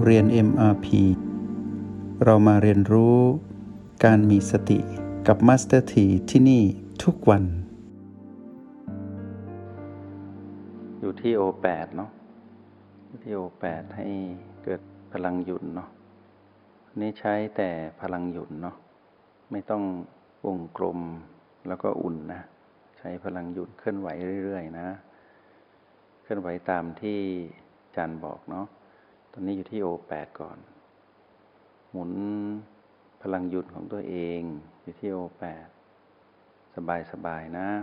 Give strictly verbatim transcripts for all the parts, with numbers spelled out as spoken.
เรียน เอ็ม อาร์ พี เรามาเรียนรู้การมีสติกับ Master T ที่นี่ทุกวันอยู่ที่ โอ แปด เนาะที่ โอ แปด ให้เกิดพลังหยุ่นเนาะนี่ใช้แต่พลังหยุ่นเนาะไม่ต้องวงกลมแล้วก็อุ่นนะใช้พลังหยุ่นเคลื่อนไหวเรื่อยๆนะเคลื่อนไหวตามที่อาจารย์บอกเนาะตอนนี้อยู่ที่ โอ แปด ก่อนหมุนพลังหยุ่นของตัวเองอยู่ที่ โอ แปด สบายๆนะ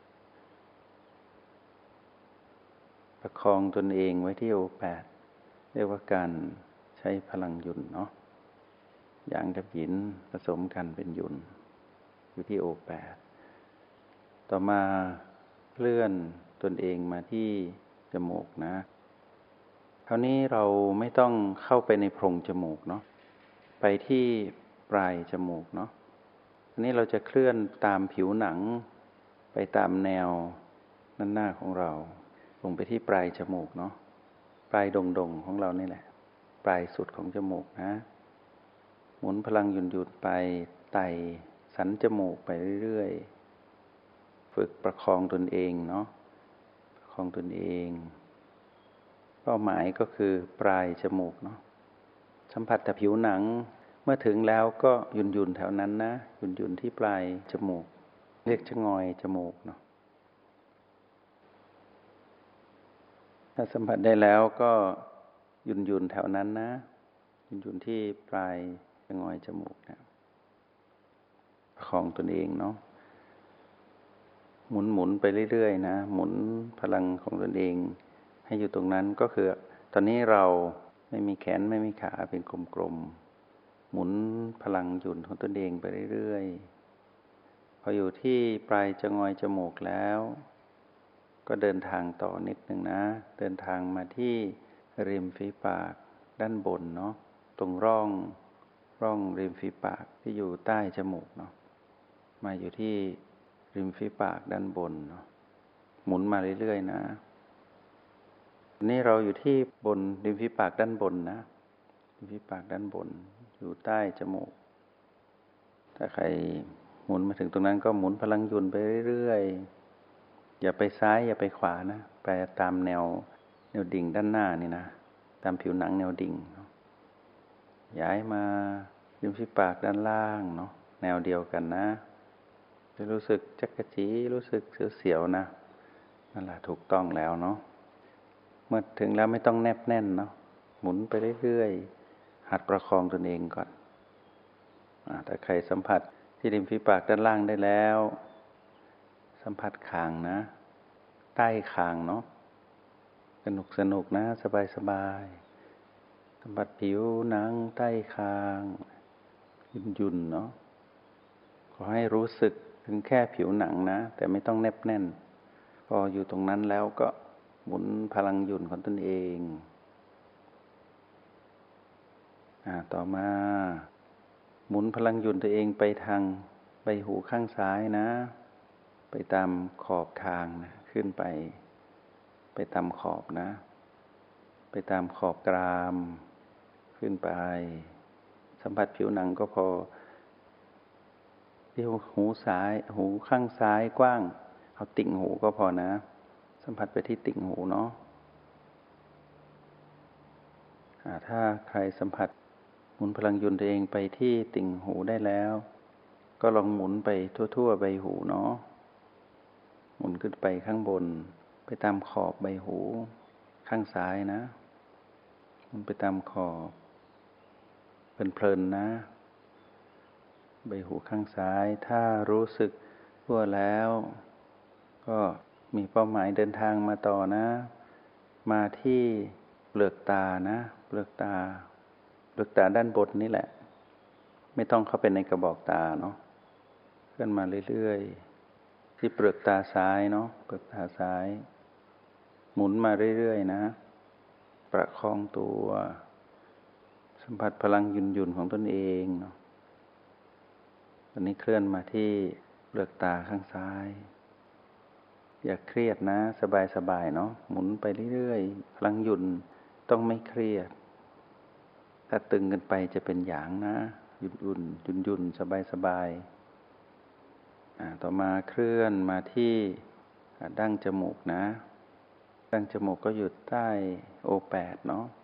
ประคองตนเองไว้ที่ โอ แปด เรียกว่าการใช้พลังหยุ่นเนาะหยางกับหยินผสมกันเป็นหยุ่นอยู่ที่ โอ แปด ต่อมาเคลื่อนตนเองมาที่จมูกนะคราวนี้เราไม่ต้องเข้าไปในโพรงจมูกเนาะไปที่ปลายจมูกเนาะอันนี้เราจะเคลื่อนตามผิวหนังไปตามแนวด้านหน้าของเราลงไปที่ปลายจมูกเนาะปลายดงๆของเรานี่แหละปลายสุดของจมูกนะหมุนพลังหยุ่นๆไปไต่สันจมูกไปเรื่อยๆฝึกประคองตนเองเนาะประคองตนเองเป้าหมายก็คือปลายจมูกเนาะสัมผัสกับผิวหนังเมื่อถึงแล้วก็หยุ่นๆแถวนั้นนะหยุ่นๆที่ปลายจมูกเรียกชะงอยจมูกเนาะถ้าสัมผัสได้แล้วก็หยุ่นๆแถวนั้นนะหยุ่นๆที่ปลายชะงอยจมูกนะประคองตนเองเนาะหมุนๆไปเรื่อยๆนะหมุนพลังของตนเองให้อยู่ตรงนั้นก็คือตอนนี้เราไม่มีแขนไม่มีขาเป็นกลมๆหมุนพลังหยุ่นของตนเองไปเรื่อยๆพออยู่ที่ปลายจงอยจมูกแล้วก็เดินทางต่อนิดนึงนะเดินทางมาที่ริมฝีปากด้านบนเนาะตรงร่องร่องริมฝีปากที่อยู่ใต้จมูกเนาะมาอยู่ที่ริมฝีปากด้านบนเนาะหมุนมาเรื่อยๆนะนี่เราอยู่ที่บนริมฝีปากด้านบนนะริมฝีปากด้านบนอยู่ใต้จมูกถ้าใครหมุนมาถึงตรงนั้นก็หมุนพลังหยุ่นไปเรื่อยๆอย่าไปซ้ายอย่าไปขวานะไปตามแนวแนวดิ่งด้านหน้านี่นะตามผิวหนังแนวดิ่งย้ายมาริมฝีปากด้านล่างเนาะแนวเดียวกันนะจะรู้สึกจักกะจีรู้สึกเสียวๆนะนั่นแหละถูกต้องแล้วเนาะเมื่อถึงแล้วไม่ต้องแนบแน่นเนาะหมุนไปเรื่อยๆหัดประคองตนเองก่อนถ้าใครสัมผัสที่ริมฝีปากด้านล่างได้แล้วสัมผัสคางนะใต้คางเนาะสนุกสนุกนะสบายสบายสัมผัสผิวหนังใต้คางยุ่นๆเนาะขอให้รู้สึกถึงแค่ผิวหนังนะแต่ไม่ต้องแนบแน่นพออยู่ตรงนั้นแล้วก็หมุนพลังหยุ่นของตนเองอ่าต่อมาหมุนพลังหยุ่นตัวเองไปทางใบหูข้างซ้ายนะไปตามขอบทางนะขึ้นไปไปตามขอบนะไปตามขอบกรามขึ้นไปสัมผัสผิวหนังก็พอที่หูซ้ายหูข้างซ้ายกว้างเอาติ่งหูก็พอนะสัมผัสไปที่ติ่งหูเนาะถ้าใครสัมผัสหมุนพลังหยุ่นตัวเองไปที่ติ่งหูได้แล้วก็ลองหมุนไปทั่วๆใบหูเนาะหมุนขึ้นไปข้างบนไปตามขอบใบหูข้างซ้ายนะหมุนไปตามขอบเพลินๆนะใบหูข้างซ้ายถ้ารู้สึกทั่วแล้วก็มีเป้าหมายเดินทางมาต่อนะมาที่เปลือกตานะเปลือกตาเปลือกตาด้านบนนี่แหละไม่ต้องเข้าไปในกระบอกตาเนาะเคลื่อนมาเรื่อยๆที่เปลือกตาซ้ายเนาะเปลือกตาซ้ายหมุนมาเรื่อยๆนะประคองตัวสัมผัสพลังหยุ่นๆของตนเองเนาะตอนนี้เคลื่อนมาที่เปลือกตาข้างซ้ายอย่าเครียดนะสบายๆเนาะหมุนไปเรื่อยๆพลังหยุ่นต้องไม่เครียดถ้าตึงกันไปจะเป็นหยางนะยุ่นๆยุ่นๆสบายๆอ่าต่อมาเคลื่อนมาที่ดั้งจมูกนะดั้งจมูกก็อยู่ใต้โอแปดเนาะ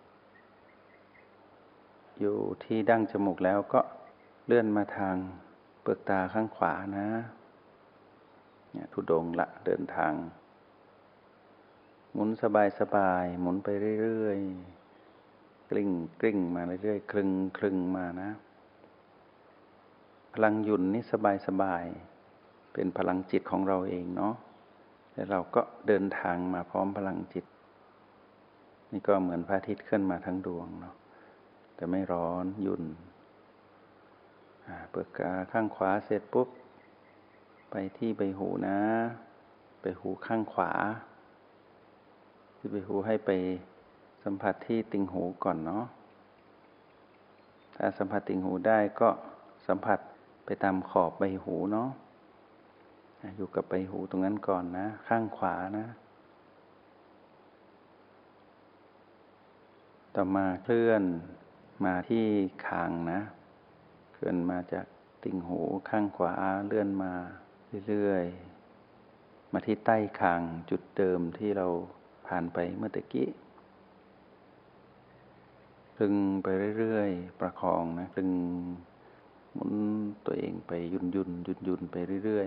อยู่ที่ดั้งจมูกแล้วก็เลื่อนมาทางเปลือกตาข้างขวานะเนี่ยทุดงละเดินทางหมุนสบายๆหมุนไปเรื่อยๆกลิ้งกลิ้งมาเรื่อยๆคลึงคลึงมานะพลังหยุ่นนี่สบายๆเป็นพลังจิตของเราเองเนาะแล้วเราก็เดินทางมาพร้อมพลังจิตนี่ก็เหมือนพระอาทิตย์ขึ้นมาทั้งดวงเนาะแต่ไม่ร้อนหยุ่นเปลือกตาข้างขวาเสร็จปุ๊บไปที่ใบหูนะใบหูข้างขวาที่ใบหูให้ไปสัมผัสที่ติ่งหูก่อนเนาะถ้าสัมผัสติ่งหูได้ก็สัมผัสไปตามขอบใบหูเนาะอยู่กับใบหูตรงนั้นก่อนนะข้างขวานะต่อมาเคลื่อนมาที่คางนะเคลื่อนมาจากติ่งหูข้างขวาเลื่อนมาเรื่อยๆมาที่ใต้คางจุดเดิมที่เราผ่านไปเมื่อตะกี้ดึงไปเรื่อยๆประคองนะดึงหมุนตัวเองไปยุ่นยุ่นยุ่นยุ่นไปเรื่อย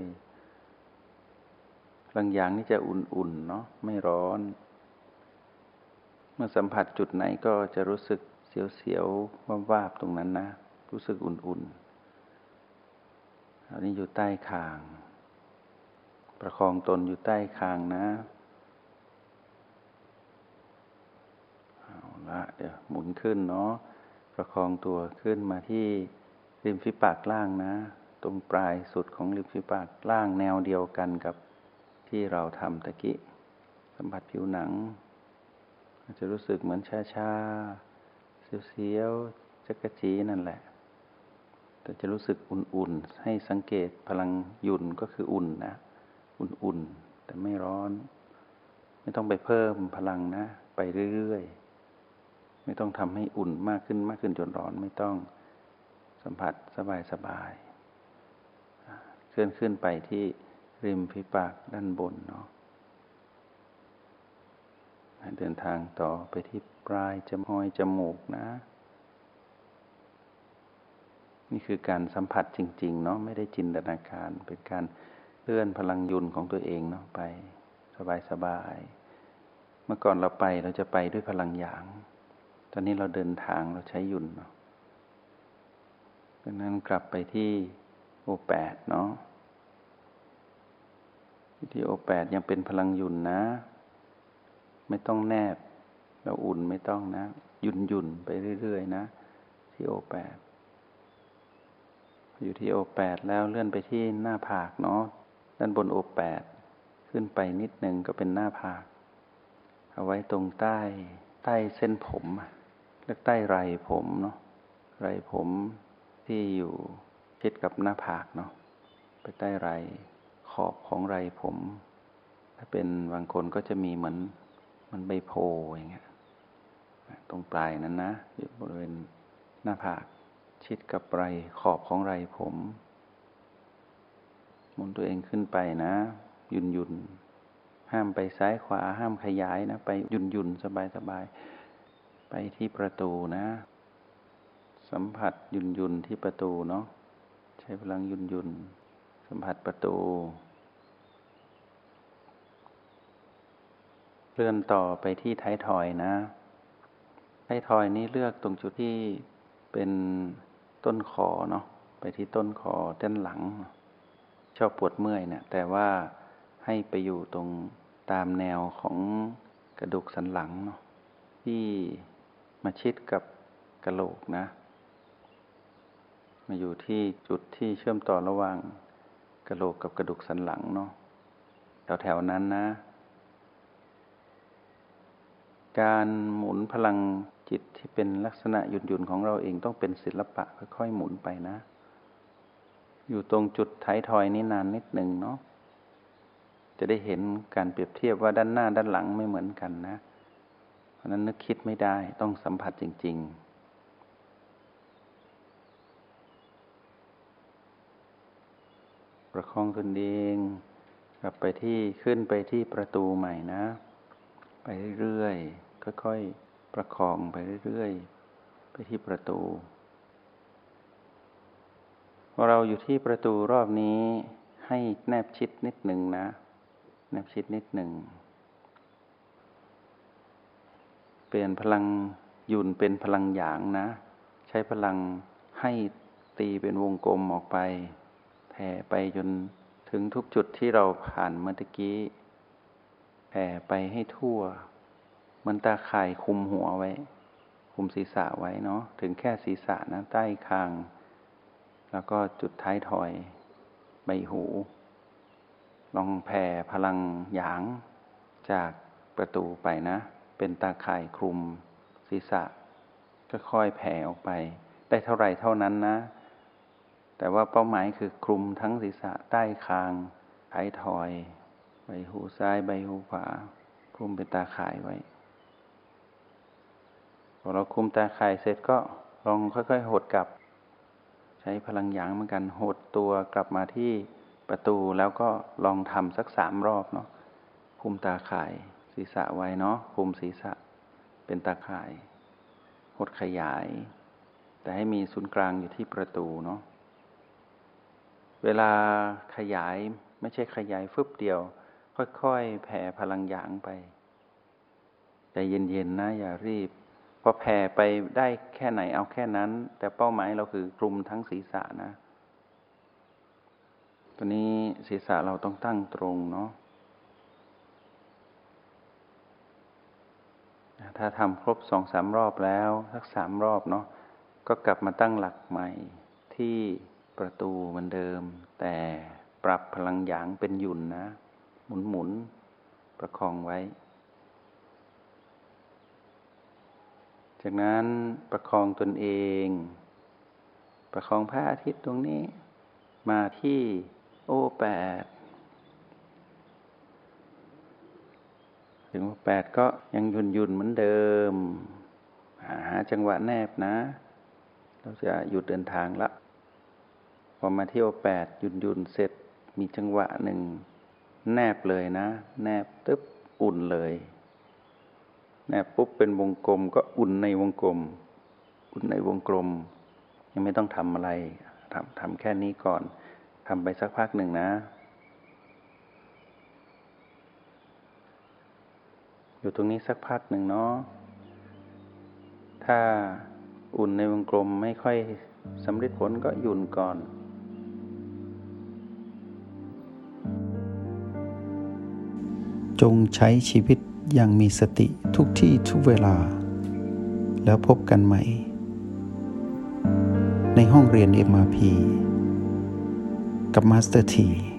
ๆบางอย่างนี่จะอุ่นๆเนาะไม่ร้อนเมื่อสัมผัสจุดไหนก็จะรู้สึกเสียวๆวาบๆตรงนั้นนะรู้สึกอุ่นๆอันนี้อยู่ใต้คางประคองตนอยู่ใต้คางนะเอาละเดี๋ยวหมุนขึ้นเนาะประคองตัวขึ้นมาที่ริมฝีปากล่างนะตรงปลายสุดของริมฝีปากล่างแนวเดียวกันกับที่เราทำตะกี้สัมผัสผิวหนังจะรู้สึกเหมือนชาๆเสียวๆจักระจีนั่นแหละแต่จะรู้สึกอุ่นๆให้สังเกตพลังหยุ่นก็คืออุ่นนะอุ่นๆแต่ไม่ร้อนไม่ต้องไปเพิ่มพลังนะไปเรื่อยๆไม่ต้องทำให้อุ่นมากขึ้นมากขึ้นจนร้อนไม่ต้องสัมผัสสบายๆเคลื่อนขึ้นไปที่ริมฝีปากด้านบนเนาะเดินทางต่อไปที่ปลายจมูกจมูกนะนี่คือการสัมผัสจริงๆเนาะไม่ได้จินตนาการเป็นการเลื่อนพลังยุนของตัวเองเนาะไปสบายๆเมื่อก่อนเราไปเราจะไปด้วยพลังหยางตอนนี้เราเดินทางเราใช้ยุนเนาะดังนั้นกลับไปที่โอแปดเนาะที่โอแปดยังเป็นพลังยุนนะไม่ต้องแนบแล้วอุ่นไม่ต้องนะยุ่นยุ่นไปเรื่อยๆนะที่โอแปดอยู่ที่โอแปดแล้วเลื่อนไปที่หน้าผากเนาะด้านบนโอแปดขึ้นไปนิดนึงก็เป็นหน้าผากเอาไว้ตรงใต้ใต้เส้นผมเรียกใต้ไรผมเนาะไรผมที่อยู่ชิดกับหน้าผากเนาะไปใต้ไรขอบของไรผมถ้าเป็นบางคนก็จะมีเหมือนมันใบโพอย่างเงี้ยตรงปลายนั้นนะอยู่บริเวณหน้าผากชิดกับไรขอบของไรผมหมุนตัวเองขึ้นไปนะยุนยุนห้ามไปซ้ายขวาห้ามขยายนะไปยุนยุนสบายสบายไปที่ประตูนะสัมผัสยุนยุนที่ประตูเนาะใช้พลังยุนยุนสัมผัสประตูเลื่อนต่อไปที่ท้ายทอยนะท้ายทอยนี้เลือกตรงจุดที่เป็นต้นคอเนาะไปที่ต้นคอด้านหลังชอบปวดเมื่อยเนี่ยแต่ว่าให้ไปอยู่ตรงตามแนวของกระดูกสันหลังเนาะที่มาชิดกับกะโหลกนะมาอยู่ที่จุดที่เชื่อมต่อระหว่างกะโหลกกับกระดูกสันหลังเนาะแถวๆนั้นนะการหมุนพลังจิตที่เป็นลักษณะหยุ่นๆของเราเองต้องเป็นศิลปะค่อยๆหมุนไปนะอยู่ตรงจุดท้ายทอยนี้นานนิดหนึ่งเนาะจะได้เห็นการเปรียบเทียบว่าด้านหน้าด้านหลังไม่เหมือนกันนะเพราะนั้นนึกคิดไม่ได้ต้องสัมผัสจริงประคองตนเองกลับไปที่ขึ้นไปที่ประตูใหม่นะไปเรื่อยๆค่อยๆประคองไปเรื่อยๆไปที่ประตูพอเราอยู่ที่ประตูรอบนี้ให้แนบชิดนิดหนึ่งนะแนบชิดนิดหนึ่งเปลี่ยนพลังยุนเป็นพลังหยางนะใช้พลังให้ตีเป็นวงกลมออกไปแผ่ไปจนถึงทุกจุดที่เราผ่านเมื่อกี้แผ่ไปให้ทั่วเหมือนตาข่ายคุมหัวไว้คุมศีรษะไว้เนาะถึงแค่ศีรษะนะใต้คางแล้วก็จุดท้ายทอยใบหูลองแผ่พลังหยางจากประตูไปนะเป็นตาข่ายคลุมศีรษะค่อยๆแผ่ออกไปได้เท่าไหร่เท่านั้นนะแต่ว่าเป้าหมายคือคลุมทั้งศีรษะใต้คางท้ายทอยใบหูซ้ายใบหูขวาคลุมเป็นตาข่ายไว้พอเราคลุมตาข่ายเสร็จก็ลองค่อยๆหดกลับใช้พลังหยางเหมือนกันหดตัวกลับมาที่ประตูแล้วก็ลองทำสักสามรอบเนาะคลุมตาข่ายศีรษะไว้เนาะคลุมศีรษะเป็นตาข่ายหดขยายแต่ให้มีศูนย์กลางอยู่ที่ประตูเนาะเวลาขยายไม่ใช่ขยายฟึบเดียวค่อยๆแผ่พลังหยางไปใจเย็นๆนะอย่ารีบพอแผ่ไปได้แค่ไหนเอาแค่นั้นแต่เป้าหมายเราคือคลุมทั้งศีรษะนะตอนนี้ศีรษะเราต้องตั้งตรงเนาะถ้าทำครบสองสามรอบแล้วสักสามรอบเนาะก็กลับมาตั้งหลักใหม่ที่ประตูเหมือนเดิมแต่ปรับพลังหยางเป็นหยุ่นนะหมุนหมุนประคองไว้จากนั้นประคองตนเองประคองพระอาทิตย์ตรงนี้มาที่โอแปดถึงโอแปดก็ยังหยุ่นหยุ่นเหมือนเดิมหาจังหวะแนบนะเราจะหยุดเดินทางละพอมาที่โอแปดหยุ่นหยุ่นเสร็จมีจังหวะหนึ่งแนบเลยนะแนบตึ๊บอุ่นเลยแนบปุ๊บเป็นวงกลมก็อุ่นในวงกลมอุ่นในวงกลมยังไม่ต้องทำอะไรทำทำแค่นี้ก่อนทำไปสักพักหนึ่งนะอยู่ตรงนี้สักพักหนึ่งเนาะถ้าอุ่นในวงกลมไม่ค่อยสำเร็จผลก็หยุ่นก่อนจงใช้ชีวิตอย่างมีสติทุกที่ทุกเวลาแล้วพบกันใหม่ในห้องเรียน เอ็ม อาร์ พี กับมาสเตอร์ ที